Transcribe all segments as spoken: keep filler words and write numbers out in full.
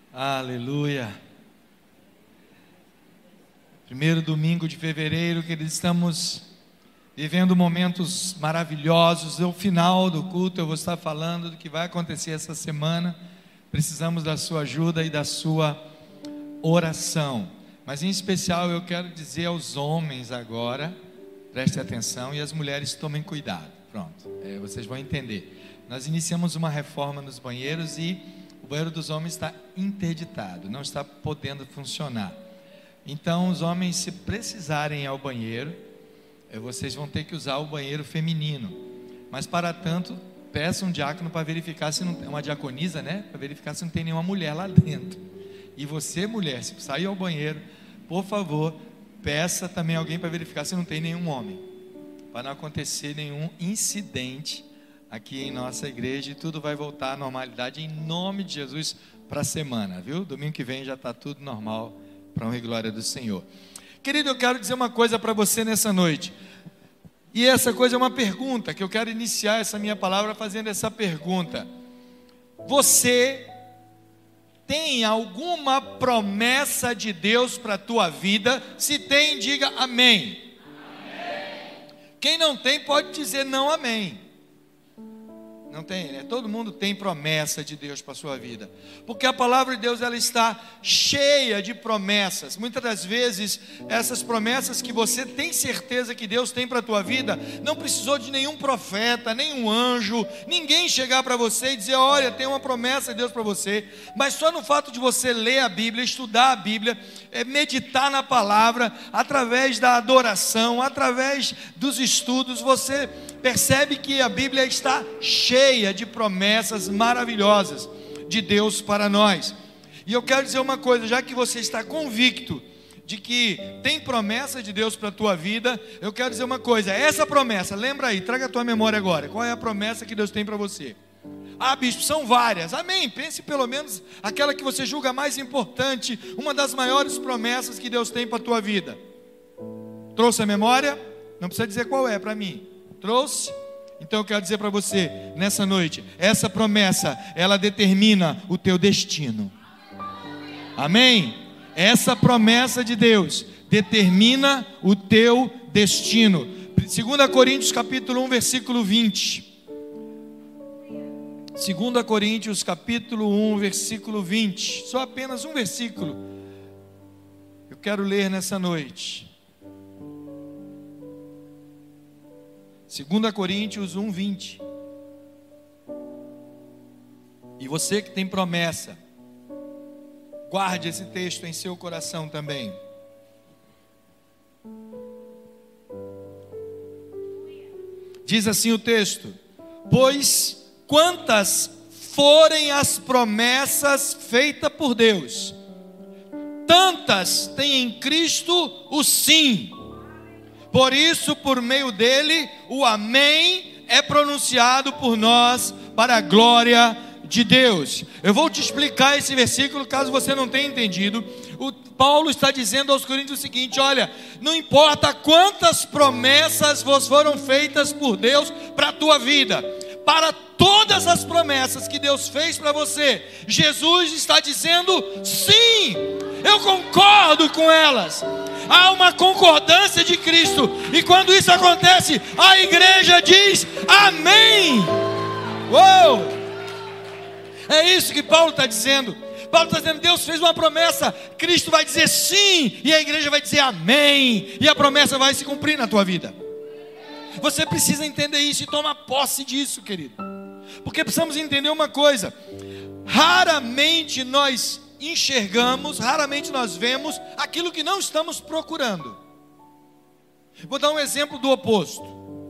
Aleluia. Primeiro domingo de fevereiro, que estamos vivendo momentos maravilhosos. No final do culto eu vou estar falando do que vai acontecer essa semana. Precisamos da sua ajuda e da sua oração. Mas em especial eu quero dizer aos homens agora, prestem atenção, e as mulheres tomem cuidado. Pronto, é, vocês vão entender. Nós iniciamos uma reforma nos banheiros e o banheiro dos homens está interditado, não está podendo funcionar. Então os homens, se precisarem ir ao banheiro, vocês vão ter que usar o banheiro feminino. Mas para tanto, peça um diácono para verificar se não tem uma diaconisa, né? Para verificar se não tem nenhuma mulher lá dentro. E você, mulher, se sair ao banheiro, por favor, peça também alguém para verificar se não tem nenhum homem, para não acontecer nenhum incidente aqui em nossa igreja, e tudo vai voltar à normalidade em nome de Jesus para a semana, viu? Domingo que vem já está tudo normal, para a honra e glória do Senhor. Querido, eu quero dizer uma coisa para você nessa noite, e essa coisa é uma pergunta, que eu quero iniciar essa minha palavra fazendo essa pergunta: você tem alguma promessa de Deus para a tua vida? Se tem, diga amém. Amém. Quem não tem pode dizer não amém. Não tem, né? Todo mundo tem promessa de Deus para a sua vida, porque a palavra de Deus, ela está cheia de promessas. Muitas das vezes, essas promessas que você tem certeza que Deus tem para a tua vida, não precisou de nenhum profeta, nenhum anjo, ninguém chegar para você e dizer: olha, tem uma promessa de Deus para você. Mas só no fato de você ler a Bíblia, estudar a Bíblia, é, meditar na palavra, através da adoração, através dos estudos, você percebe que a Bíblia está cheia de promessas maravilhosas de Deus para nós. E eu quero dizer uma coisa: já que você está convicto de que tem promessa de Deus para a tua vida, eu quero dizer uma coisa: essa promessa, lembra aí, traga a tua memória agora, qual é a promessa que Deus tem para você? Ah, bispo, são várias. Amém, pense pelo menos aquela que você julga mais importante, uma das maiores promessas que Deus tem para a tua vida. Trouxe a memória? Não precisa dizer qual é para mim. Trouxe? Então eu quero dizer para você nessa noite, essa promessa, ela determina o teu destino. Amém? Essa promessa de Deus determina o teu destino. Segunda Coríntios capítulo um, versículo vinte. Segunda Coríntios capítulo um, versículo vinte. Só apenas um versículo eu quero ler nessa noite. Segunda Coríntios um, vinte. E você que tem promessa, guarde esse texto em seu coração também. Diz assim o texto: pois quantas forem as promessas feitas por Deus, tantas tem em Cristo o sim. Por isso, por meio dele, o amém é pronunciado por nós para a glória de Deus. Eu vou te explicar esse versículo, caso você não tenha entendido. O Paulo está dizendo aos Coríntios o seguinte: olha, não importa quantas promessas vos foram feitas por Deus para a tua vida, para todas as promessas que Deus fez para você, Jesus está dizendo sim, eu concordo com elas. Há uma concordância de Cristo, e quando isso acontece, a igreja diz amém. Uou! É isso que Paulo está dizendo. Paulo está dizendo: Deus fez uma promessa, Cristo vai dizer sim, e a igreja vai dizer amém, e a promessa vai se cumprir na tua vida. Você precisa entender isso e tomar posse disso, querido, porque precisamos entender uma coisa: raramente nós enxergamos, raramente nós vemos aquilo que não estamos procurando. Vou dar um exemplo do oposto.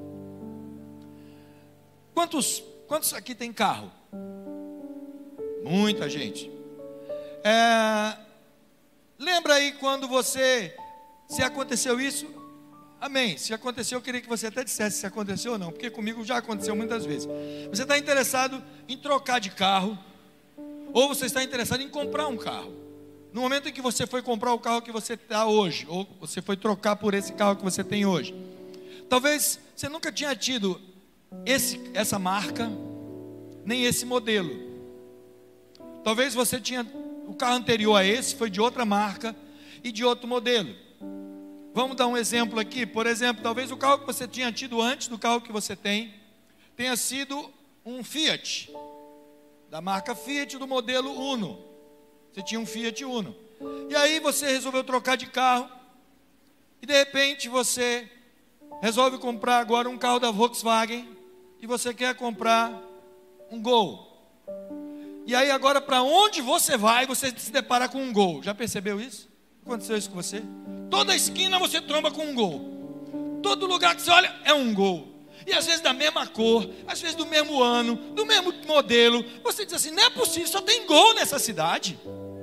Quantos, quantos aqui tem carro? Muita gente. É, lembra aí quando você, se aconteceu isso? Amém. Se aconteceu, eu queria que você até dissesse se aconteceu ou não, porque comigo já aconteceu muitas vezes. Você está interessado em trocar de carro, ou você está interessado em comprar um carro. No momento em que você foi comprar o carro que você está hoje, ou você foi trocar por esse carro que você tem hoje, talvez você nunca tinha tido esse, essa marca, nem esse modelo. Talvez você tinha o carro anterior a esse foi de outra marca e de outro modelo. Vamos dar um exemplo aqui. Por exemplo, talvez o carro que você tinha tido antes do carro que você tem tenha sido um Fiat, da marca Fiat, do modelo Uno. Você tinha um Fiat Uno. E aí você resolveu trocar de carro. E de repente você resolve comprar agora um carro da Volkswagen. E você quer comprar um Gol. E aí agora para onde você vai, você se depara com um Gol. Já percebeu isso? Aconteceu isso com você? Toda esquina você tromba com um Gol. Todo lugar que você olha é um Gol. E às vezes da mesma cor, às vezes do mesmo ano, do mesmo modelo. Você diz assim, não é possível, só tem Gol nessa cidade.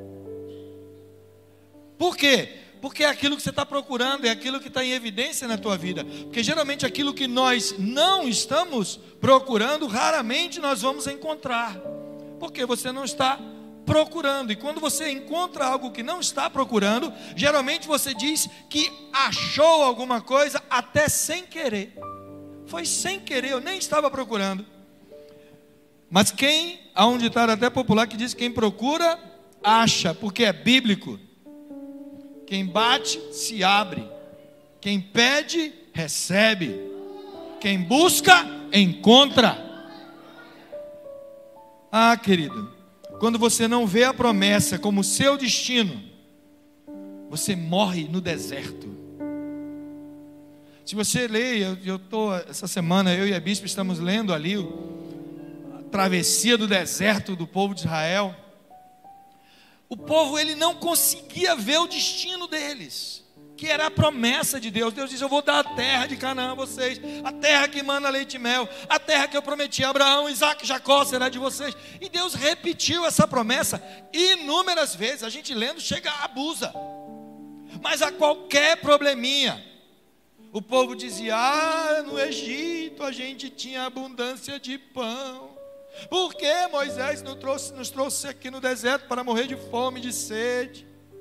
Por quê? Porque é aquilo que você está procurando, é aquilo que está em evidência na tua vida. Porque geralmente aquilo que nós não estamos procurando, raramente nós vamos encontrar. Porque você não está procurando. E quando você encontra algo que não está procurando, geralmente você diz que achou alguma coisa até sem querer. Foi sem querer, eu nem estava procurando. Mas quem, há um ditado até popular que diz: quem procura, acha, porque é bíblico. Quem bate, se abre. Quem pede, recebe. Quem busca, encontra. Ah, querido, quando você não vê a promessa como seu destino, você morre no deserto. Se você lê, eu estou, essa semana, eu e a bispa estamos lendo ali a travessia do deserto do povo de Israel. O povo, ele não conseguia ver o destino deles, que era a promessa de Deus. Deus diz: eu vou dar a terra de Canaã a vocês, a terra que emana leite e mel, a terra que eu prometi a Abraão, Isaac e Jacó será de vocês. E Deus repetiu essa promessa inúmeras vezes. A gente lendo chega a abusa. Mas a qualquer probleminha, o povo dizia: ah, no Egito a gente tinha abundância de pão. Por que Moisés nos trouxe, nos trouxe aqui no deserto para morrer de fome e de sede?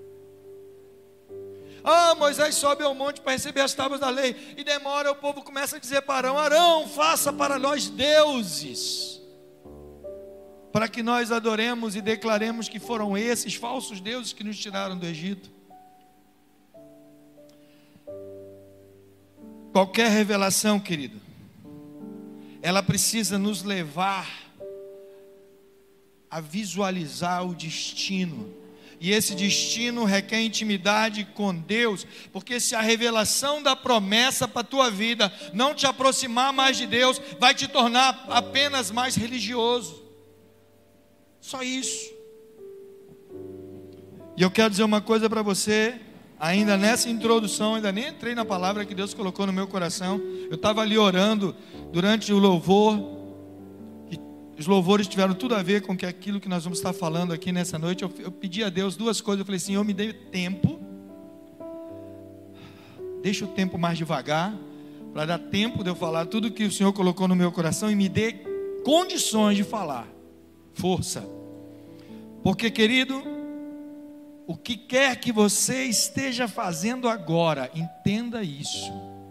Ah, Moisés sobe ao monte para receber as tábuas da lei. E demora, o povo começa a dizer para Arão: Arão, faça para nós deuses, para que nós adoremos e declaremos que foram esses falsos deuses que nos tiraram do Egito. Qualquer revelação, querido, ela precisa nos levar a visualizar o destino. E esse destino requer intimidade com Deus. Porque se a revelação da promessa para a tua vida não te aproximar mais de Deus, vai te tornar apenas mais religioso. Só isso. E eu quero dizer uma coisa para você, ainda nessa introdução, ainda nem entrei na palavra que Deus colocou no meu coração. Eu estava ali orando durante o louvor. Os louvores tiveram tudo a ver com que aquilo que nós vamos estar falando aqui nessa noite. Eu, eu pedi a Deus duas coisas. Eu falei: Senhor, me dê tempo. Deixa o tempo mais devagar, para dar tempo de eu falar tudo que o Senhor colocou no meu coração. E me dê condições de falar. Força. Porque, querido, o que quer que você esteja fazendo agora, entenda isso.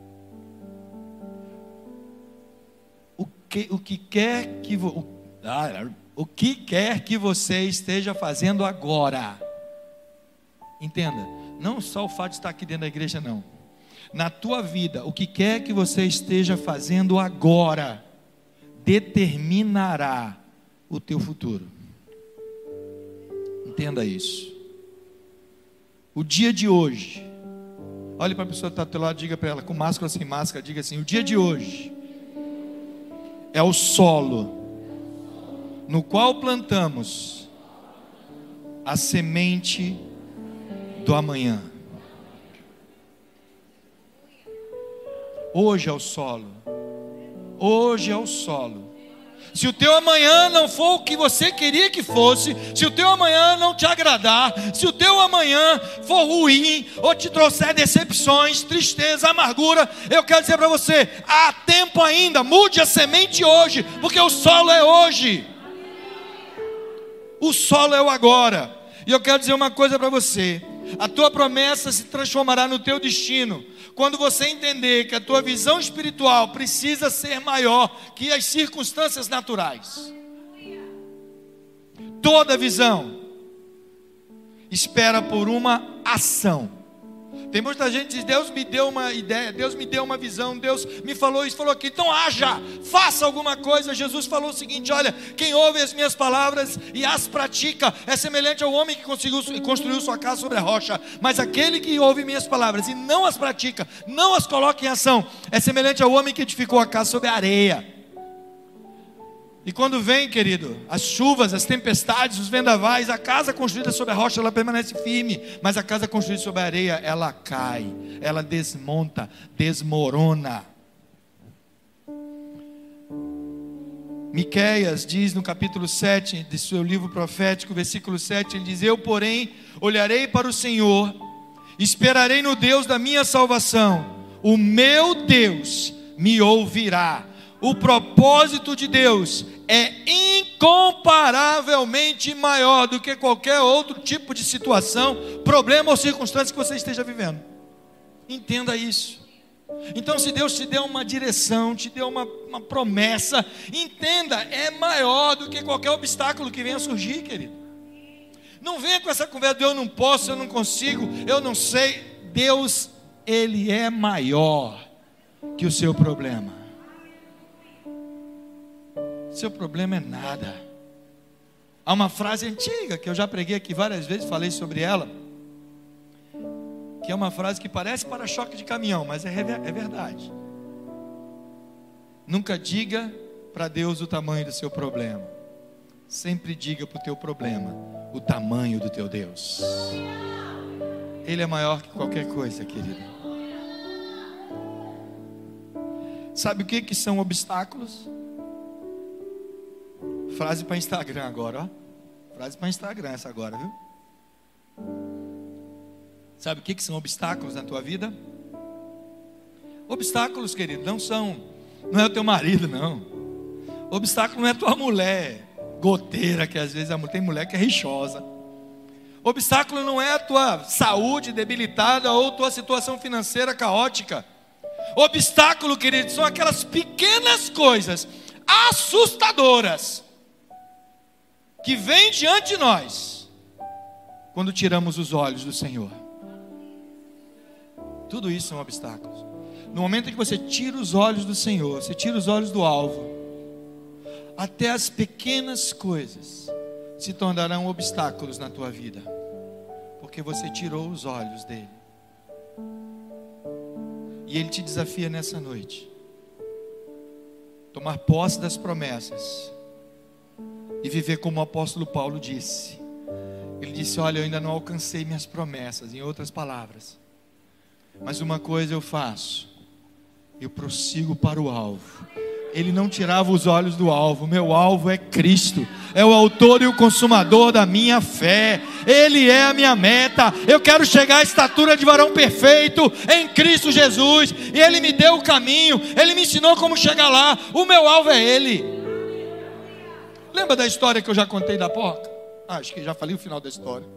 O que, o que quer que vo, o que quer que você esteja fazendo agora, entenda, não só o fato de estar aqui dentro da igreja, não. Na tua vida, o que quer que você esteja fazendo agora determinará o teu futuro. Entenda isso. O dia de hoje, olhe para a pessoa que está do teu lado, diga para ela, com máscara ou sem máscara, diga assim: o dia de hoje é o solo no qual plantamos a semente do amanhã. Hoje é o solo. Hoje é o solo. Se o teu amanhã não for o que você queria que fosse, se o teu amanhã não te agradar, se o teu amanhã for ruim, ou te trouxer decepções, tristeza, amargura, eu quero dizer para você, há tempo ainda, mude a semente hoje, porque o solo é hoje. O solo é o agora. E eu quero dizer uma coisa para você: a tua promessa se transformará no teu destino quando você entender que a tua visão espiritual precisa ser maior que as circunstâncias naturais. Toda visão espera por uma ação. Tem muita gente que diz: Deus me deu uma ideia, Deus me deu uma visão, Deus me falou isso, falou aquilo, então haja, faça alguma coisa. Jesus falou o seguinte: olha, quem ouve as minhas palavras e as pratica é semelhante ao homem que conseguiu, construiu sua casa sobre a rocha. Mas aquele que ouve minhas palavras e não as pratica, não as coloca em ação, é semelhante ao homem que edificou a casa sobre a areia. E quando vem, querido, as chuvas, as tempestades, os vendavais, a casa construída sobre a rocha, ela permanece firme. Mas a casa construída sobre a areia, ela cai, ela desmonta, desmorona. Miqueias diz no capítulo sete de seu livro profético, versículo sete, ele diz: eu, porém, olharei para o Senhor, esperarei no Deus da minha salvação, o meu Deus me ouvirá. O propósito de Deus é incomparavelmente maior do que qualquer outro tipo de situação, problema ou circunstância que você esteja vivendo. Entenda isso. Então, se Deus te deu uma direção, te deu uma, uma promessa, entenda, é maior do que qualquer obstáculo que venha surgir, querido. Não venha com essa conversa de eu não posso, eu não consigo, eu não sei. Deus, Ele é maior que o seu problema. Seu problema é nada. Há uma frase antiga que eu já preguei aqui várias vezes, falei sobre ela, que é uma frase que parece para-choque de caminhão, mas é, é verdade. Nunca diga para Deus o tamanho do seu problema. Sempre diga para o teu problema o tamanho do teu Deus. Ele é maior que qualquer coisa, querido. Sabe o que, que são obstáculos? Frase para Instagram agora, ó. Frase para Instagram essa agora, viu? Sabe o que, que são obstáculos na tua vida? Obstáculos, querido, não são, não é o teu marido, não. Obstáculo não é tua mulher goteira, que às vezes a mulher, tem mulher que é rixosa. Obstáculo não é a tua saúde debilitada ou tua situação financeira caótica. Obstáculo, querido, são aquelas pequenas coisas assustadoras que vem diante de nós quando tiramos os olhos do Senhor. Tudo isso são obstáculos. No momento em que você tira os olhos do Senhor, você tira os olhos do alvo, até as pequenas coisas se tornarão obstáculos na tua vida, porque você tirou os olhos dele. E ele te desafia nessa noite tomar posse das promessas e viver como o apóstolo Paulo disse. Ele disse: olha, eu ainda não alcancei minhas promessas, em outras palavras, mas uma coisa eu faço, eu prossigo para o alvo. Ele não tirava os olhos do alvo. Meu alvo é Cristo, é o autor e o consumador da minha fé. Ele é a minha meta. Eu quero chegar à estatura de varão perfeito em Cristo Jesus, e Ele me deu o caminho, Ele me ensinou como chegar lá. O meu alvo é Ele. Lembra da história que eu já contei da porca? Ah, acho que já falei o final da história.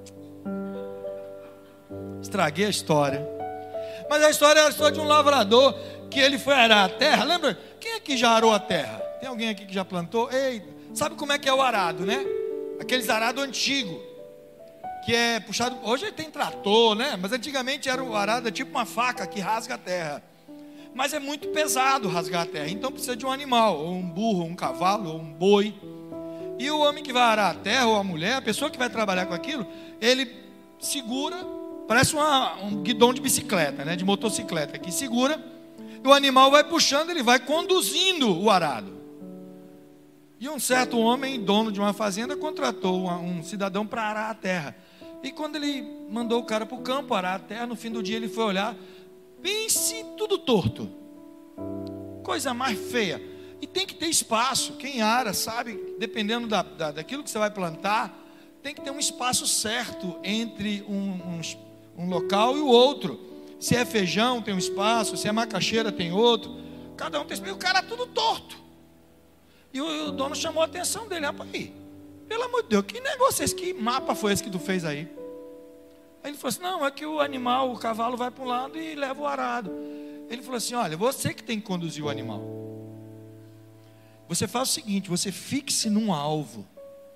Estraguei a história. Mas a história era a história de um lavrador que ele foi arar a terra. Lembra? Quem aqui já arou a terra? Tem alguém aqui que já plantou? Ei, sabe como é que é o arado, né? Aqueles arado antigo, que é puxado. Hoje tem trator, né? Mas antigamente era o arado tipo uma faca que rasga a terra. Mas é muito pesado rasgar a terra. Então precisa de um animal, ou um burro, ou um cavalo, ou um boi. E o homem que vai arar a terra, ou a mulher, a pessoa que vai trabalhar com aquilo, ele segura, parece uma, um guidão de bicicleta, né? De motocicleta, que segura. E o animal vai puxando, ele vai conduzindo o arado. E um certo homem, dono de uma fazenda, contratou uma, um cidadão para arar a terra. E quando ele mandou o cara para o campo arar a terra, no fim do dia ele foi olhar, pense tudo torto, coisa mais feia. E tem que ter espaço. Quem ara sabe, dependendo da, da, daquilo que você vai plantar, tem que ter um espaço certo entre um, um, um local e o outro. Se é feijão tem um espaço, se é macaxeira tem outro, cada um tem espaço. E o cara tudo torto. E o, o dono chamou a atenção dele: rapaz, aí, pelo amor de Deus, que negócio é esse? Que mapa foi esse que tu fez aí? Aí ele falou assim: não, é que o animal, o cavalo vai para um lado e leva o arado. Ele falou assim: olha, você que tem que conduzir o animal. Você faz o seguinte, você fixe num alvo.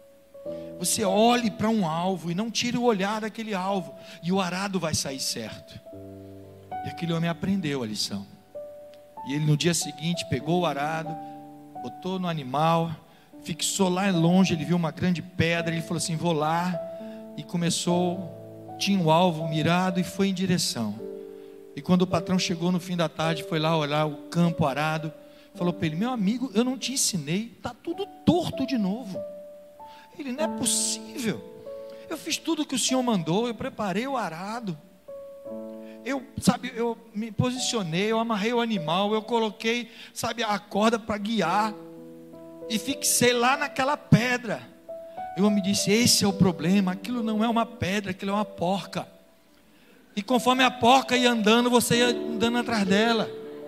Você olhe para um alvo e não tire o olhar daquele alvo, e o arado vai sair certo. E aquele homem aprendeu a lição. E ele no dia seguinte pegou o arado, botou no animal, fixou lá longe, ele viu uma grande pedra, ele falou assim, vou lá, e começou, tinha o alvo mirado e foi em direção. E quando o patrão chegou no fim da tarde, foi lá olhar o campo arado, falou para ele, meu amigo, eu não te ensinei, está tudo torto de novo. Ele, não é possível, eu fiz tudo o que o senhor mandou, eu preparei o arado, eu, sabe, eu me posicionei, eu amarrei o animal, eu coloquei, sabe, a corda para guiar, e fixei lá naquela pedra. E o homem disse, esse é o problema, aquilo não é uma pedra, aquilo é uma porca. E conforme a porca ia andando, você ia andando atrás dela.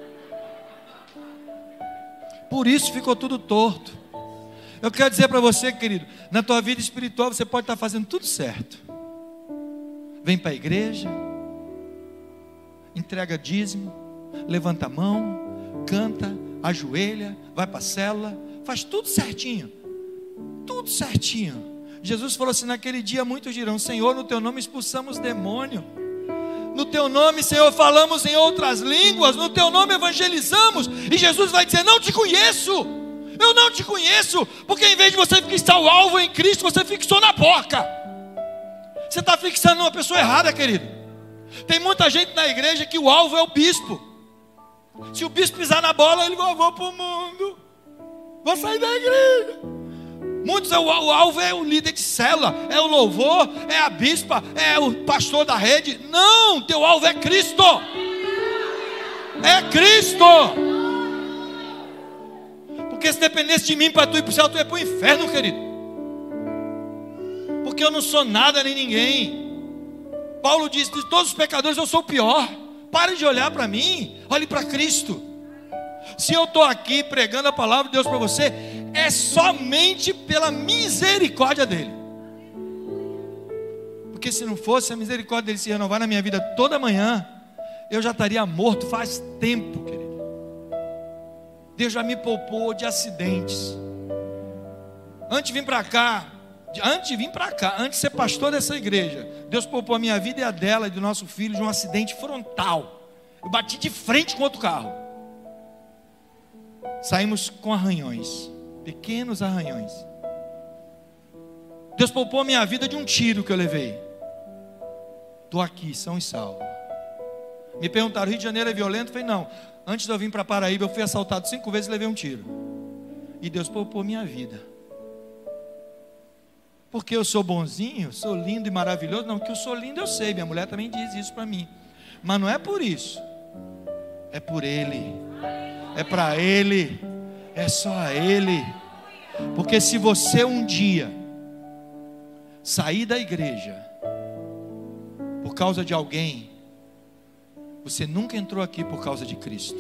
Por isso ficou tudo torto. Eu quero dizer para você, querido, na tua vida espiritual você pode estar fazendo tudo certo. Vem para a igreja, entrega dízimo, levanta a mão, canta, ajoelha, vai para a célula, faz tudo certinho, tudo certinho. Jesus falou assim, naquele dia muitos dirão, Senhor, no teu nome expulsamos demônio, no teu nome, Senhor, falamos em outras línguas, no teu nome evangelizamos, e Jesus vai dizer, não te conheço, eu não te conheço, porque em vez de você fixar o alvo em Cristo, você fixou na porca. Você está fixando numa pessoa errada, querido. Tem muita gente na igreja que o alvo é o bispo. Se o bispo pisar na bola, ele vai, vou para o mundo, vou sair da igreja. Muitos, o, o alvo é o líder de célula, é o louvor, é a bispa, é o pastor da rede. Não, teu alvo é Cristo. É Cristo. Porque se dependesse de mim para tu ir para o céu, tu ia para o inferno, querido. Porque eu não sou nada nem ninguém. Paulo diz, de todos os pecadores eu sou o pior. Pare de olhar para mim, olhe para Cristo. Se eu estou aqui pregando a palavra de Deus para você, é somente pela misericórdia dele. Porque se não fosse a misericórdia dele se renovar na minha vida toda manhã, eu já estaria morto faz tempo, querido. Deus já me poupou de acidentes. Antes de vir para cá, antes de vir para cá, antes de ser pastor dessa igreja, Deus poupou a minha vida e a dela e do nosso filho de um acidente frontal. Eu bati de frente com outro carro. Saímos com arranhões, pequenos arranhões. Deus poupou a minha vida de um tiro que eu levei. Estou aqui, são e salvo. Me perguntaram, Rio de Janeiro é violento? Eu falei, não. Antes de eu vir para Paraíba, eu fui assaltado cinco vezes e levei um tiro. E Deus poupou a minha vida. Porque eu sou bonzinho, sou lindo e maravilhoso? Não, que eu sou lindo eu sei, minha mulher também diz isso para mim. Mas não é por isso. É por Ele. É para Ele. É só a Ele. Porque se você um dia sair da igreja por causa de alguém, você nunca entrou aqui por causa de Cristo.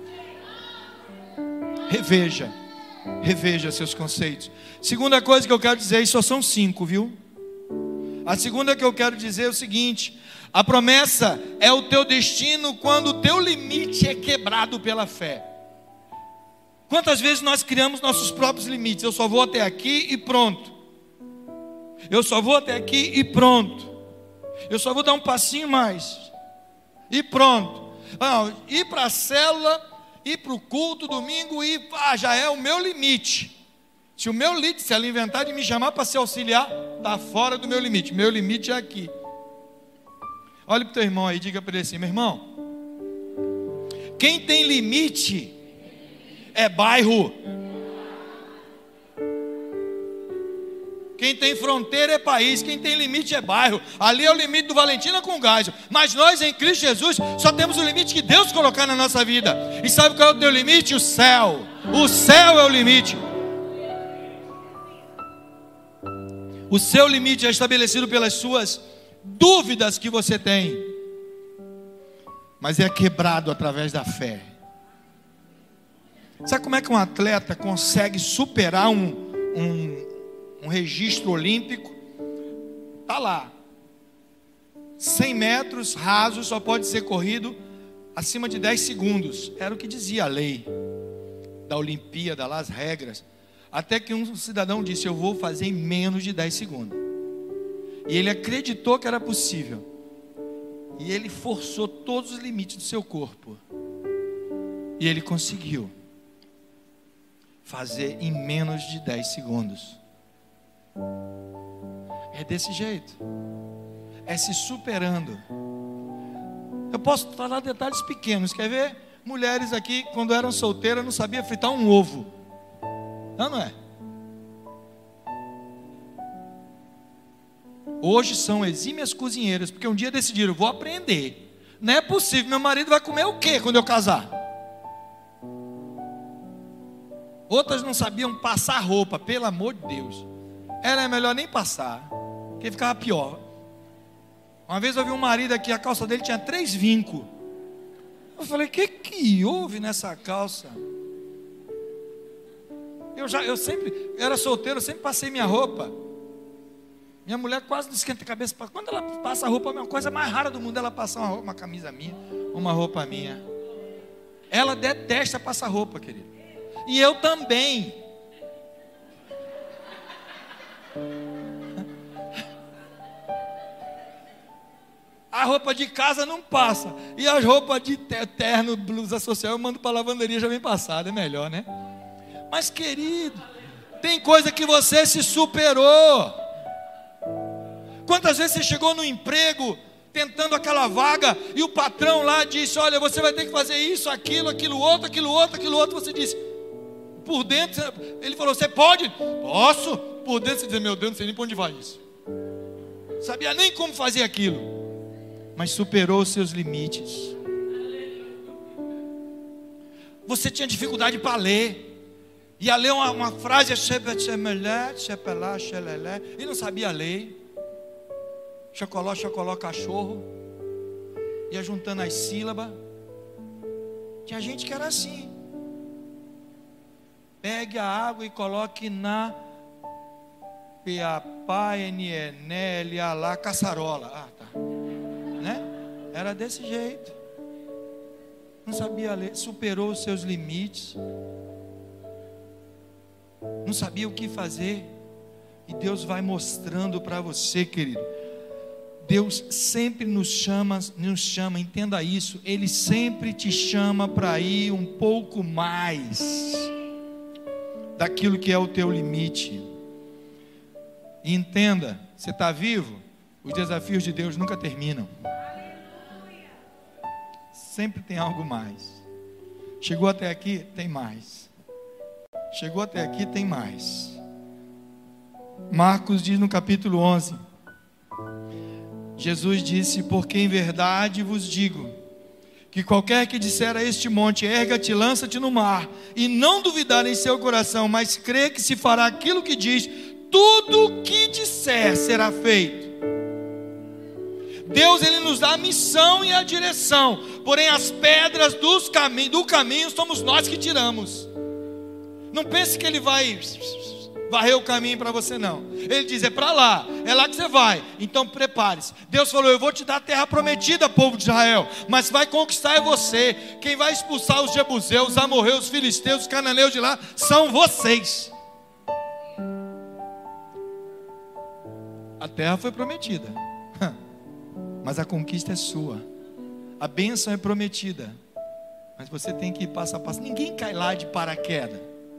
Reveja, reveja seus conceitos. Segunda coisa que eu quero dizer, e só são cinco, viu? A segunda que eu quero dizer é o seguinte: a promessa é o teu destino quando o teu limite é quebrado pela fé. Quantas vezes nós criamos nossos próprios limites? Eu só vou até aqui e pronto. Eu só vou até aqui e pronto. Eu só vou dar um passinho mais. E pronto. Ah, ir para a célula, ir para o culto domingo, ir, ah, já é o meu limite. Se o meu limite, se ela inventar de me chamar para ser auxiliar, está fora do meu limite. Meu limite é aqui. Olhe para o teu irmão aí, diga para ele assim: meu irmão, quem tem limite é bairro. Quem tem fronteira é país, quem tem limite é bairro. Ali é o limite do Valentina com gás. Mas nós em Cristo Jesus só temos o limite que Deus colocar na nossa vida. E sabe qual é o teu limite? O céu. O céu é o limite. O seu limite é estabelecido pelas suas dúvidas que você tem, mas é quebrado através da fé. Sabe como é que um atleta consegue superar um, um, um registro olímpico? Está lá, cem metros rasos só pode ser corrido acima de dez segundos. Era o que dizia a lei da Olimpíada, lá as regras. Até que um cidadão disse: eu vou fazer em menos de dez segundos. E ele acreditou que era possível. E ele forçou todos os limites do seu corpo. E ele conseguiu fazer em menos de dez segundos. É desse jeito. É se superando. Eu posso falar detalhes pequenos. Quer ver? Mulheres aqui, quando eram solteiras, não sabiam fritar um ovo. Não, não é? Hoje são exímias cozinheiras, porque um dia decidiram: vou aprender. Não é possível, meu marido vai comer o quê quando eu casar? Outras não sabiam passar roupa, pelo amor de Deus. Era melhor nem passar, porque ficava pior. Uma vez eu vi um marido aqui, a calça dele tinha três vincos. Eu falei: o que que houve nessa calça? Eu já, eu sempre, eu era solteiro, eu sempre passei minha roupa. Minha mulher quase não esquenta a cabeça. Quando ela passa a roupa, a coisa mais rara do mundo é ela passar uma, roupa, uma camisa minha, uma roupa minha. Ela detesta passar roupa, querido. E eu também. A roupa de casa não passa. E as roupas de terno, blusa social, eu mando para a lavanderia já vem passada. É melhor, né? Mas, querido, tem coisa que você se superou. Quantas vezes você chegou no emprego tentando aquela vaga e o patrão lá disse: olha, você vai ter que fazer isso, aquilo, aquilo outro, aquilo outro, aquilo outro. Você disse, por dentro, ele falou: você pode? Posso. Por dentro você diz: meu Deus, não sei nem para onde vai isso. Sabia nem como fazer aquilo, mas superou os seus limites. Você tinha dificuldade para ler. Ia ler uma, uma frase e não sabia ler. Chocoló, chocoló, cachorro. Ia juntando as sílabas. Tinha gente que era assim. Pegue a água e coloque na Piapá, N N L, Alá, caçarola. Ah, tá. Né? Era desse jeito. Não sabia ler, superou os seus limites. Não sabia o que fazer. E Deus vai mostrando para você, querido. Deus sempre nos chama, nos chama, entenda isso. Ele sempre te chama para ir um pouco mais daquilo que é o teu limite. E entenda, você está vivo, os desafios de Deus nunca terminam. Sempre tem algo mais. Chegou até aqui, tem mais. Chegou até aqui, tem mais. Marcos diz no capítulo onze: Jesus disse: porque em verdade vos digo, que qualquer que disser a este monte: erga-te, lança-te no mar, e não duvidar em seu coração, mas crê que se fará aquilo que diz, tudo o que disser será feito. Deus, Ele nos dá a missão e a direção, porém as pedras dos cami- do caminho somos nós que tiramos. Não pense que Ele vai varrer o caminho para você, não. Ele diz: é para lá, é lá que você vai, então prepare-se. Deus falou: eu vou te dar a terra prometida, povo de Israel, mas vai conquistar é você. Quem vai expulsar os jebuseus, os amorreus, os filisteus, os cananeus de lá são vocês. A terra foi prometida, mas a conquista é sua. A bênção é prometida, mas você tem que ir passo a passo. Ninguém cai lá de paraquedas.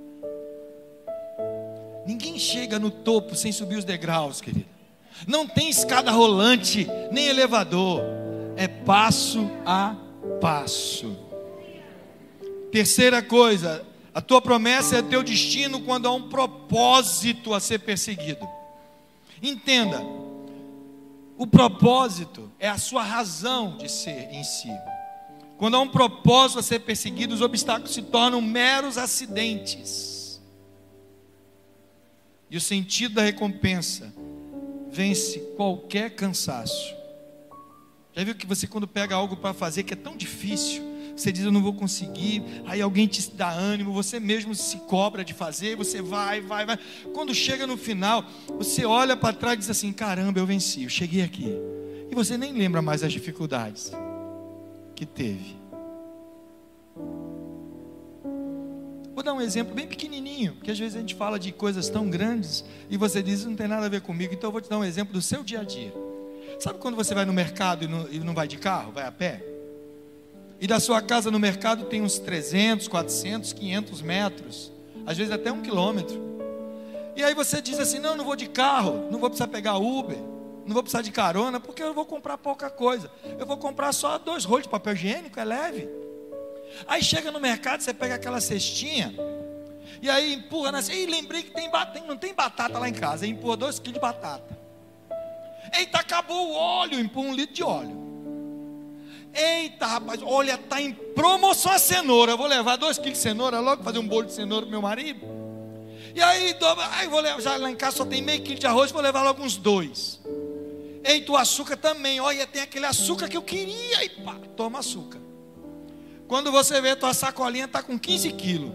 Ninguém chega no topo sem subir os degraus, querido. Não tem escada rolante, nem elevador. É passo a passo. Terceira coisa, a tua promessa é teu destino quando há um propósito a ser perseguido. Entenda, o propósito é a sua razão de ser em si. Quando há um propósito a ser perseguido, os obstáculos se tornam meros acidentes. E o sentido da recompensa vence qualquer cansaço. Já viu que você, quando pega algo para fazer que é tão difícil, você diz: eu não vou conseguir, aí alguém te dá ânimo, você mesmo se cobra de fazer, você vai, vai, vai. Quando chega no final, você olha para trás e diz assim: caramba, eu venci, eu cheguei aqui. E você nem lembra mais das dificuldades que teve. Vou dar um exemplo bem pequenininho, porque às vezes a gente fala de coisas tão grandes e você diz, não tem nada a ver comigo, então eu vou te dar um exemplo do seu dia a dia. Sabe quando você vai no mercado e não, e não vai de carro, vai a pé? E da sua casa no mercado tem uns trezentos, quatrocentos, quinhentos metros, às vezes até um quilômetro. E aí você diz assim, não, não vou de carro, não vou precisar pegar Uber, não vou precisar de carona, porque eu vou comprar pouca coisa. Eu vou comprar só dois rolos de papel higiênico, é leve. Aí chega no mercado, você pega aquela cestinha, e aí empurra na cesta, e lembrei que tem, não tem batata lá em casa, aí empurra dois quilos de batata. Eita, acabou o óleo, empurra um litro de óleo. Eita, rapaz, olha, está em promoção a cenoura, eu vou levar dois quilos de cenoura, logo fazer um bolo de cenoura para meu marido. E aí, aí vou levar, já lá em casa só tem meio quilo de arroz, vou levar logo uns dois. Eita, o açúcar também, olha, tem aquele açúcar que eu queria, e pá, toma açúcar. Quando você vê, tua sacolinha está com quinze quilos.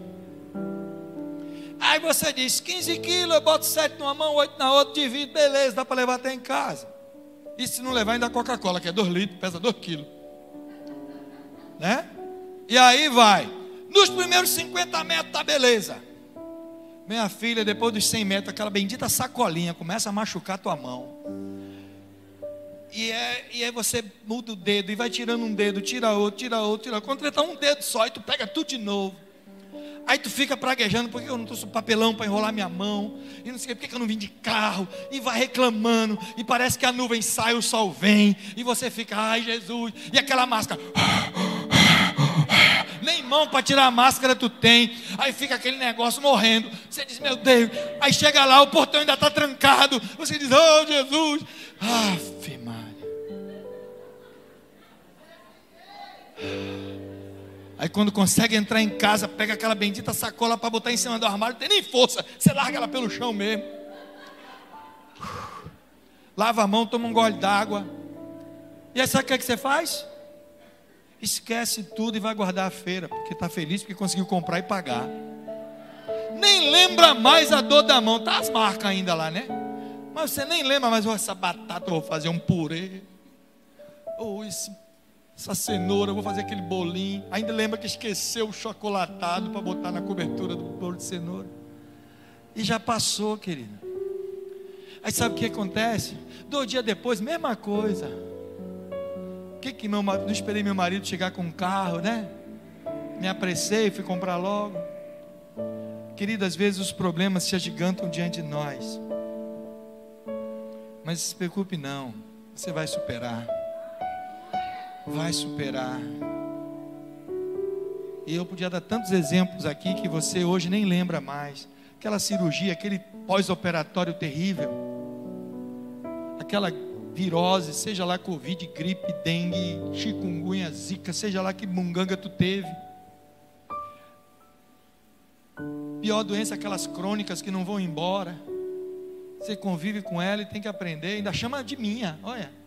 Aí você diz, quinze quilos, eu boto sete numa mão, oito na outra, divido, beleza, dá para levar até em casa. E se não levar, ainda Coca-Cola, que é dois litros, pesa dois quilos. Né? E aí vai. Nos primeiros cinquenta metros, tá beleza. Minha filha, depois dos cem metros, aquela bendita sacolinha começa a machucar tua mão. E, é, e aí você muda o dedo e vai tirando um dedo, tira outro, tira outro, tira outro. Quando você tá um dedo só, e tu pega tudo de novo. Aí tu fica praguejando, porque eu não trouxe papelão para enrolar minha mão, e não sei por que eu não vim de carro, e vai reclamando, e parece que a nuvem sai, o sol vem, e você fica, ai Jesus, e aquela máscara, nem mão para tirar a máscara tu tem, aí fica aquele negócio morrendo, você diz, meu Deus, aí chega lá, o portão ainda está trancado, você diz, oh Jesus, aff Maria. Aí quando consegue entrar em casa, pega aquela bendita sacola para botar em cima do armário, não tem nem força, você larga ela pelo chão mesmo. Lava a mão, toma um gole d'água. E aí sabe o que é que você faz? Esquece tudo e vai guardar a feira, porque está feliz porque conseguiu comprar e pagar. Nem lembra mais a dor da mão, tá as marcas ainda lá, né? Mas você nem lembra mais, oh, essa batata eu vou fazer um purê. Ou oh, esse essa cenoura, eu vou fazer aquele bolinho. Ainda lembra que esqueceu o chocolatado para botar na cobertura do bolo de cenoura. E já passou, querido. Aí sabe o que acontece? Dois dias depois, mesma coisa. Que que meu marido, não esperei meu marido chegar com um carro, né? Me apressei, fui comprar logo. Querido, às vezes os problemas se agigantam diante de nós. Mas não se preocupe não, você vai superar. Vai superar. E eu podia dar tantos exemplos aqui que você hoje nem lembra mais. Aquela cirurgia, aquele pós-operatório terrível, aquela virose, seja lá Covid, gripe, dengue, chikungunya, zika, seja lá que munganga tu teve. Pior doença, aquelas crônicas que não vão embora. Você convive com ela e tem que aprender, ainda chama de minha, olha.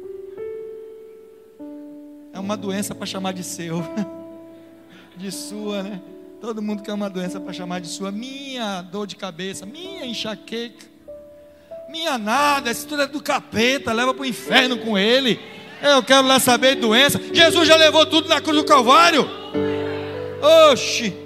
É uma doença para chamar de seu, de sua, né? Todo mundo quer uma doença para chamar de sua. Minha dor de cabeça, minha enxaqueca, minha nada, isso tudo é do capeta, leva para o inferno com ele. Eu quero lá saber de doença. Jesus já levou tudo na cruz do Calvário. Oxi.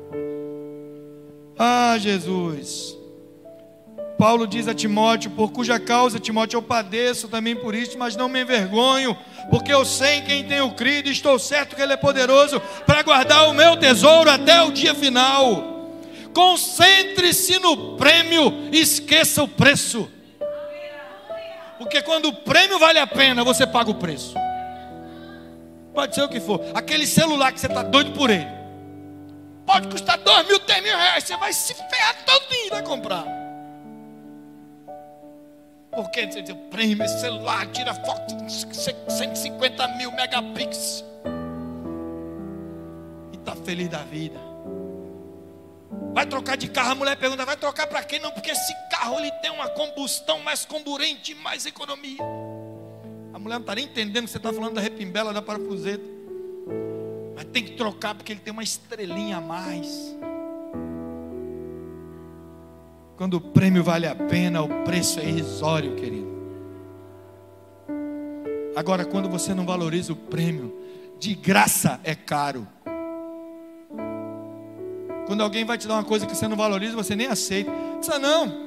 Ah, Jesus. Paulo diz a Timóteo, por cuja causa, Timóteo, eu padeço também por isso, mas não me envergonho, porque eu sei em quem tenho crido e estou certo que Ele é poderoso para guardar o meu tesouro até o dia final. Concentre-se no prêmio e esqueça o preço. Porque quando o prêmio vale a pena, você paga o preço. Pode ser o que for. Aquele celular que você está doido por ele, pode custar dois mil, três mil reais, você vai se ferrar todinho e vai comprar. Porque você diz, prêmio, esse celular, tira foto cento e cinquenta mil megapixels e está feliz da vida. Vai trocar de carro, a mulher pergunta, vai trocar para quê? Não, porque esse carro ele tem uma combustão mais comburente, mais economia. A mulher não está nem entendendo que você está falando da repimbela, da parafuseta. Mas tem que trocar porque ele tem uma estrelinha a mais. Quando o prêmio vale a pena, o preço é irrisório, querido. Agora, quando você não valoriza o prêmio, de graça é caro. Quando alguém vai te dar uma coisa que você não valoriza, você nem aceita. Não precisa não.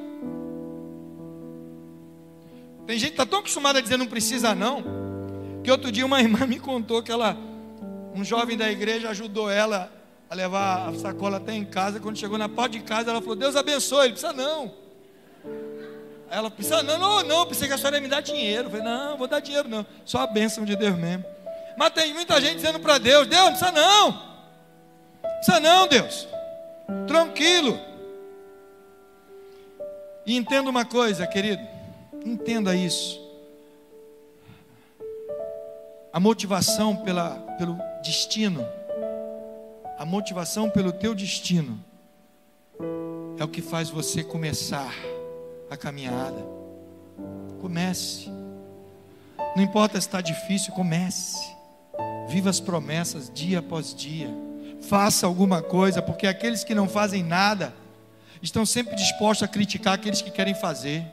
Tem gente que está tão acostumada a dizer não precisa não, que outro dia uma irmã me contou que ela, um jovem da igreja ajudou ela a levar a sacola até em casa. Quando chegou na porta de casa, ela falou: Deus abençoe. Ele: precisa não. Aí ela: precisa não, não, não, pensei que a senhora ia me dar dinheiro. Eu falei: não, vou dar dinheiro não, só a bênção de Deus mesmo. Mas tem muita gente dizendo para Deus: Deus, não precisa não, precisa não, Deus, tranquilo. E entenda uma coisa, querido, entenda isso. A motivação pela, pelo destino, a motivação pelo teu destino é o que faz você começar a caminhada. Comece. Não importa se está difícil, comece. Viva as promessas dia após dia. Faça alguma coisa, porque aqueles que não fazem nada estão sempre dispostos a criticar aqueles que querem fazer.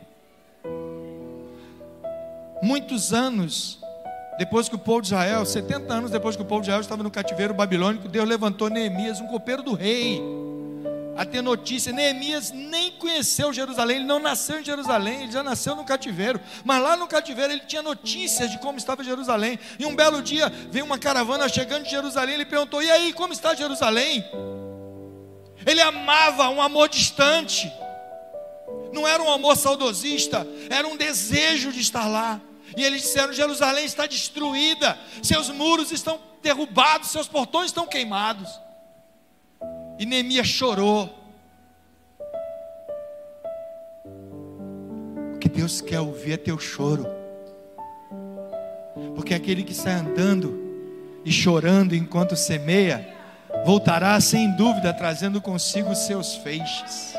Muitos anos depois que o povo de Israel, setenta anos depois que o povo de Israel estava no cativeiro babilônico, Deus levantou Neemias, um copeiro do rei, a ter notícia. Neemias nem conheceu Jerusalém, ele não nasceu em Jerusalém, ele já nasceu no cativeiro, mas lá no cativeiro ele tinha notícias de como estava Jerusalém. E um belo dia veio uma caravana chegando de Jerusalém, ele perguntou: e aí, como está Jerusalém? Ele amava um amor distante, não era um amor saudosista, era um desejo de estar lá. E eles disseram: Jerusalém está destruída, seus muros estão derrubados, seus portões estão queimados. E Neemias chorou, o que Deus quer ouvir é teu choro, porque aquele que sai andando e chorando enquanto semeia, voltará sem dúvida trazendo consigo os seus feixes.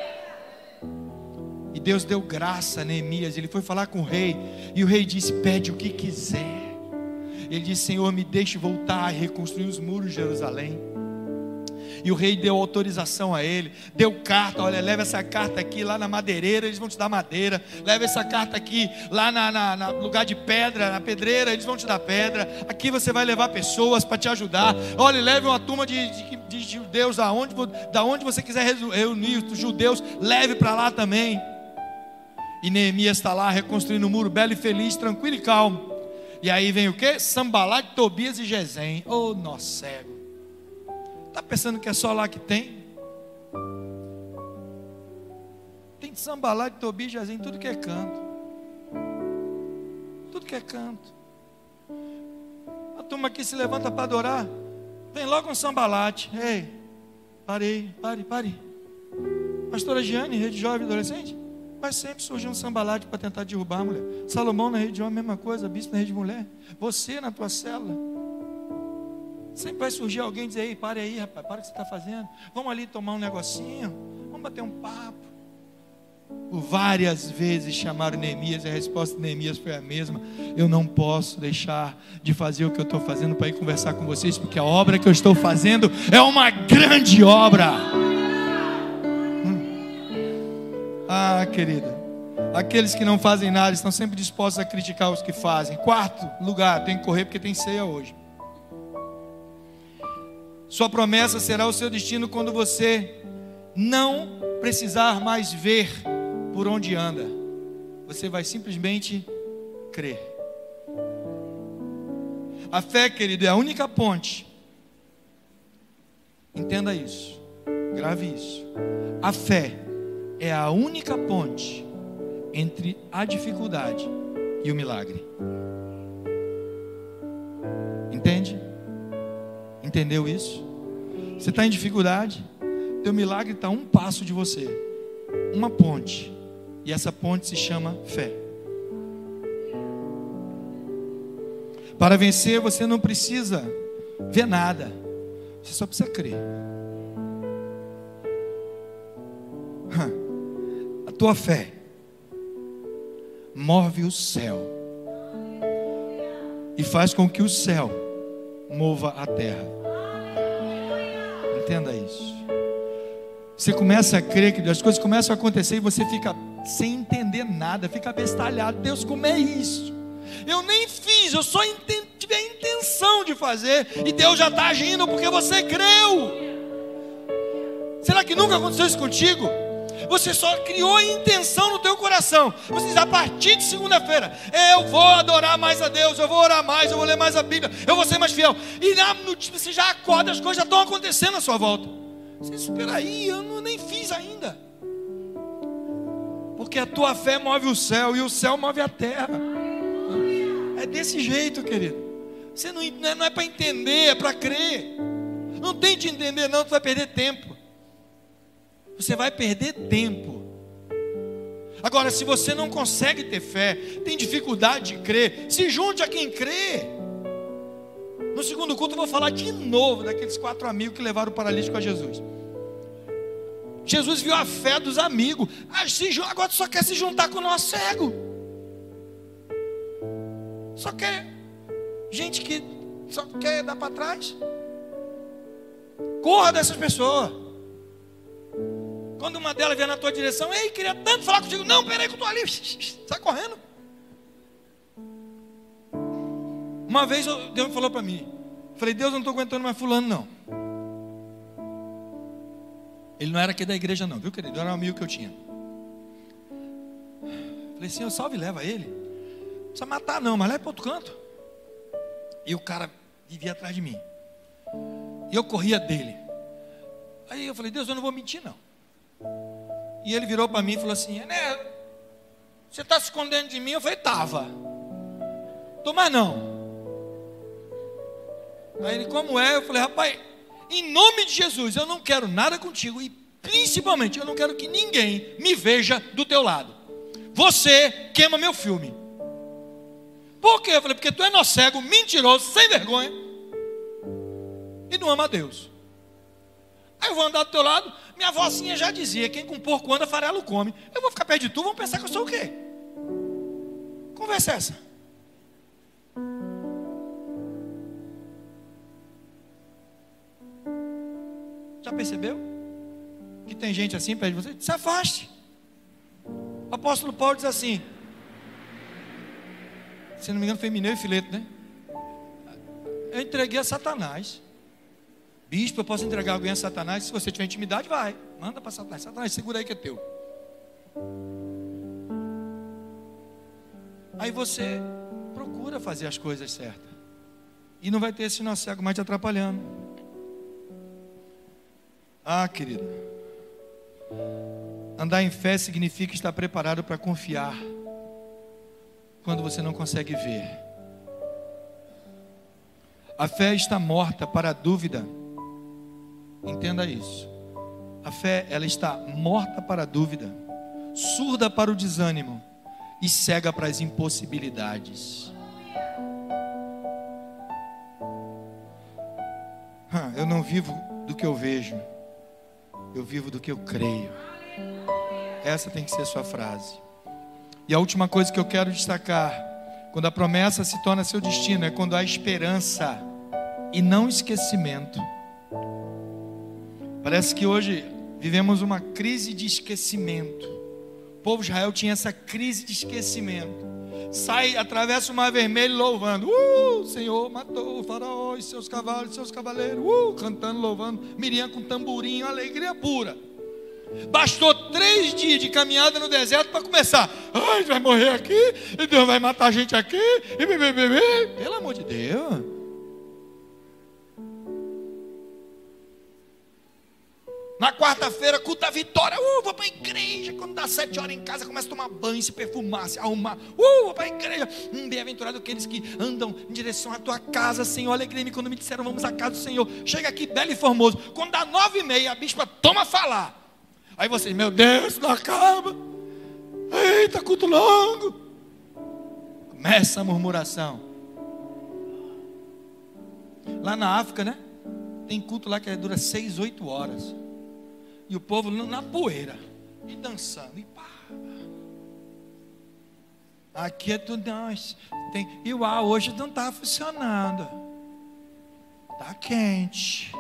E Deus deu graça a Neemias. Ele foi falar com o rei, e o rei disse: pede o que quiser. Ele disse: Senhor, me deixe voltar e reconstruir os muros de Jerusalém. E o rei deu autorização a ele, deu carta: olha, leva essa carta aqui lá na madeireira, eles vão te dar madeira. Leva essa carta aqui lá na, na, na lugar de pedra, na pedreira, eles vão te dar pedra. Aqui você vai levar pessoas para te ajudar. Olha, leve uma turma de, de, de judeus, da onde, da onde você quiser reunir os judeus, leve para lá também. E Neemias está lá reconstruindo o muro, belo e feliz, tranquilo e calmo. E aí vem o quê? Sambalate, Tobias e Gesem. Ô, nó cego, está pensando que é só lá que tem? Tem Sambalate, Tobias e Gesem, tudo que é canto. Tudo que é canto. A turma aqui se levanta para adorar, vem logo um Sambalate. Ei, parei, pare, pare. Pastora Giane, rede jovem adolescente, mas sempre surgiu um Sambalate para tentar derrubar a mulher. Salomão na rede de homem, mesma coisa. Bispo na rede de mulher. Você na tua célula, sempre vai surgir alguém e dizer: ei, pare aí, rapaz, para o que você está fazendo. Vamos ali tomar um negocinho, vamos bater um papo. Por várias vezes chamaram Neemias, e a resposta de Neemias foi a mesma: eu não posso deixar de fazer o que eu estou fazendo para ir conversar com vocês, porque a obra que eu estou fazendo é uma grande obra. Ah, querida, aqueles que não fazem nada estão sempre dispostos a criticar os que fazem. Quarto lugar, tem que correr porque tem ceia hoje. Sua promessa será o seu destino quando você não precisar mais ver por onde anda. Você vai simplesmente crer. A fé, querido, é a única ponte. Entenda isso, grave isso. A fé é a única ponte entre a dificuldade e o milagre. Entende? Entendeu isso? Você está em dificuldade, teu milagre está a um passo de você, uma ponte, e essa ponte se chama fé. Para vencer, você não precisa ver nada, você só precisa crer. A tua fé move o céu e faz com que o céu mova a terra. Entenda isso. Você começa a crer que as coisas começam a acontecer e você fica sem entender nada, fica abestalhado. Deus, como é isso? Eu nem fiz, eu só tive a intenção de fazer, e Deus já está agindo porque você creu. Será que nunca aconteceu isso contigo? Você só criou a intenção no teu coração. Você diz, a partir de segunda-feira, eu vou adorar mais a Deus, eu vou orar mais, eu vou ler mais a Bíblia, eu vou ser mais fiel. E na notícia você já acorda, as coisas já estão acontecendo à sua volta. Você diz, espera aí, eu não, nem fiz ainda. Porque a tua fé move o céu e o céu move a terra. É desse jeito, querido. Você não, não é para entender, é para crer. Não tente entender não, tu vai perder tempo. Você vai perder tempo. Agora, se você não consegue ter fé, tem dificuldade de crer, se junte a quem crê. No segundo culto eu vou falar de novo daqueles quatro amigos que levaram o paralítico a Jesus. Jesus viu a fé dos amigos. Agora tu só quer se juntar com o nosso cego. Só quer gente que só quer dar para trás. Corra dessas pessoas. Quando uma delas vier na tua direção, ei, queria tanto falar contigo. Não, peraí que eu estou ali. Sai correndo. Uma vez Deus falou para mim. Falei, Deus, eu não estou aguentando mais fulano não. Ele não era aqui da igreja não, viu querido? Era um amigo que eu tinha. Falei, Senhor, salve e leva ele. Não precisa matar não, mas leva para outro canto. E o cara vivia atrás de mim. E eu corria dele. Aí eu falei, Deus, eu não vou mentir não. E ele virou para mim e falou assim, né, você está se escondendo de mim? Eu falei, tava. Tô mais não. Aí ele, como é? Eu falei, rapaz, em nome de Jesus, eu não quero nada contigo. E principalmente, eu não quero que ninguém me veja do teu lado. Você queima meu filme. Por quê? Eu falei, porque tu é nó cego, mentiroso, sem vergonha. E não ama a Deus. Aí eu vou andar do teu lado. Minha vozinha já dizia, quem com porco anda, farelo come. Eu vou ficar perto de tu, vão pensar que eu sou o quê? Conversa é essa? Já percebeu? Que tem gente assim perto de você? Se afaste. O apóstolo Paulo diz assim, se não me engano foi Mineu e Fileto, né? Eu entreguei a Satanás. Bispo, eu posso entregar alguém a Satanás? Se você tiver intimidade, vai. Manda para Satanás. Satanás, segura aí que é teu. Aí você procura fazer as coisas certas. E não vai ter esse nó cego mais te atrapalhando. Ah, querido. Andar em fé significa estar preparado para confiar. Quando você não consegue ver. A fé está morta para a dúvida. Entenda isso. A fé, ela está morta para a dúvida, surda para o desânimo e cega para as impossibilidades. Ah, eu não vivo do que eu vejo, eu vivo do que eu creio. Essa tem que ser a sua frase. E a última coisa que eu quero destacar, quando a promessa se torna seu destino, é quando há esperança e não esquecimento. Parece que hoje vivemos uma crise de esquecimento. O povo de Israel tinha essa crise de esquecimento. Sai, atravessa o mar vermelho louvando. Uh, o Senhor matou o faraó e seus cavalos, seus cavaleiros. Uh, cantando, louvando. Miriam com tamborim, alegria pura. Bastou três dias de caminhada no deserto para começar. Ai, a gente vai morrer aqui, e Deus vai matar a gente aqui. E bebê, bebê. Pelo amor de Deus. Na quarta-feira, culto da vitória. Uh, vou para a igreja. Quando dá sete horas em casa, começa a tomar banho, se perfumar, se arrumar. Uh, vou para a igreja. Hum, bem-aventurado aqueles que andam em direção à tua casa, Senhor. Alegrei-me quando me disseram, vamos à casa do Senhor. Chega aqui, belo e formoso. Quando dá nove e meia, a bispa toma falar. Aí vocês, meu Deus, não acaba. Eita, culto longo. Começa a murmuração. Lá na África, né? Tem culto lá que dura seis, oito horas. E o povo na poeira. E dançando. E pá. Aqui é tudo. Tem, e o ar hoje não está funcionando. Está quente.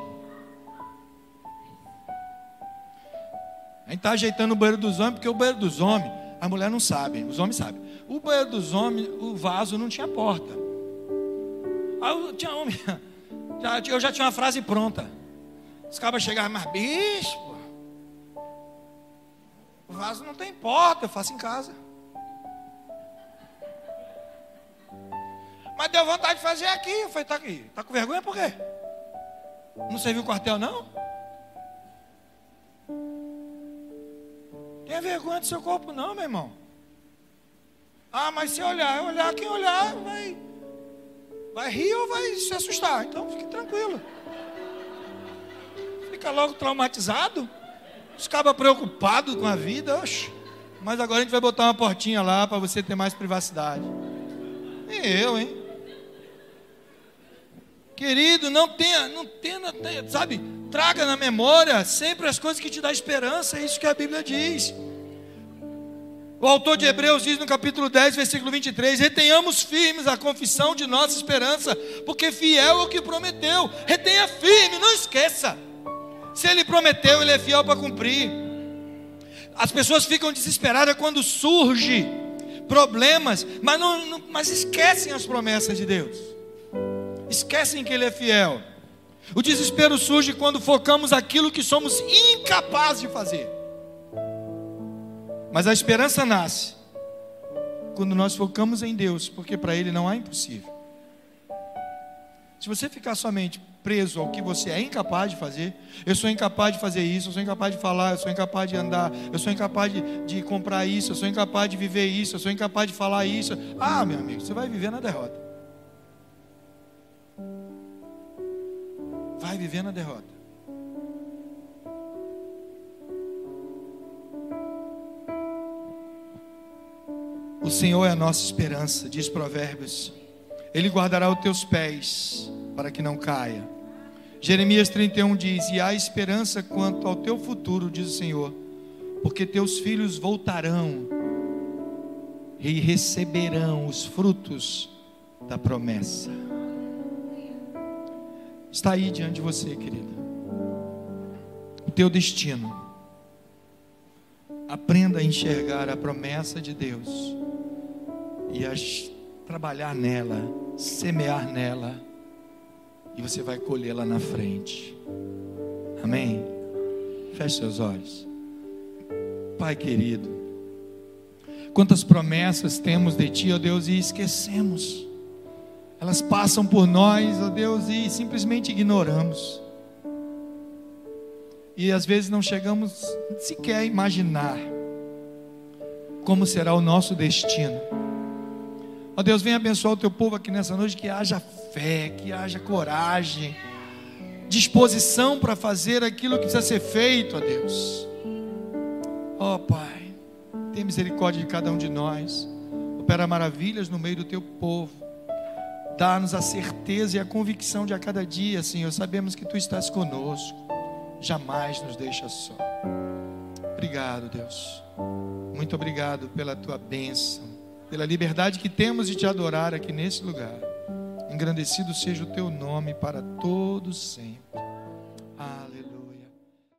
A gente está ajeitando o banheiro dos homens, porque o banheiro dos homens, a mulher não sabe, os homens sabem. O banheiro dos homens, o vaso não tinha porta. Aí eu tinha homem, já, eu já tinha uma frase pronta. Os cabas chegavam, mas bispo, faço, não tem porta, eu faço em casa. Mas deu vontade de fazer aqui. Eu falei, tá aqui. Tá com vergonha por quê? Não serviu o quartel, não? Tenha vergonha do seu corpo, não, meu irmão. Ah, mas se olhar, olhar, quem olhar vai, vai rir ou vai se assustar. Então fique tranquilo. Fica logo traumatizado. Os cabas preocupados com a vida. Oxe. Mas agora a gente vai botar uma portinha lá para você ter mais privacidade. E eu, hein? Querido, não tenha, não tenha, não tenha, sabe? Traga na memória sempre as coisas que te dão esperança. É isso que a Bíblia diz. O autor de Hebreus diz no capítulo dez, versículo vinte e três: retenhamos firmes a confissão de nossa esperança, porque fiel é o que prometeu. Retenha firme, não esqueça. Se ele prometeu, ele é fiel para cumprir. As pessoas ficam desesperadas quando surge problemas, mas, não, não, mas esquecem as promessas de Deus. Esquecem que ele é fiel. O desespero surge quando focamos aquilo que somos incapazes de fazer. Mas a esperança nasce quando nós focamos em Deus, porque para Ele não há impossível. Se você ficar somente preso ao que você é incapaz de fazer, eu sou incapaz de fazer isso, eu sou incapaz de falar, eu sou incapaz de andar, eu sou incapaz de, de comprar isso, eu sou incapaz de viver isso, eu sou incapaz de falar isso. Ah, meu amigo, você vai viver na derrota. Vai viver na derrota. O Senhor é a nossa esperança, diz Provérbios. Ele guardará os teus pés para que não caia. Jeremias trinta e um diz: e há esperança quanto ao teu futuro, diz o Senhor, porque teus filhos voltarão e receberão os frutos da promessa. Está aí diante de você, querida, o teu destino. Aprenda a enxergar a promessa de Deus e a trabalhar nela, semear nela, e você vai colhê-la na frente. Amém? Feche seus olhos. Pai querido, quantas promessas temos de Ti, ó Deus, e esquecemos. Elas passam por nós, ó Deus, e simplesmente ignoramos. E às vezes não chegamos sequer a imaginar como será o nosso destino. Ó Deus, vem abençoar o Teu povo aqui nessa noite, que haja fé, que haja coragem, disposição para fazer aquilo que precisa ser feito, ó Deus. Ó Pai, tem misericórdia de cada um de nós. Opera maravilhas no meio do Teu povo. Dá-nos a certeza e a convicção de a cada dia, Senhor, sabemos que Tu estás conosco, jamais nos deixa só. Obrigado, Deus, muito obrigado pela Tua bênção, pela liberdade que temos de Te adorar aqui nesse lugar. Engrandecido seja o Teu nome para todos sempre.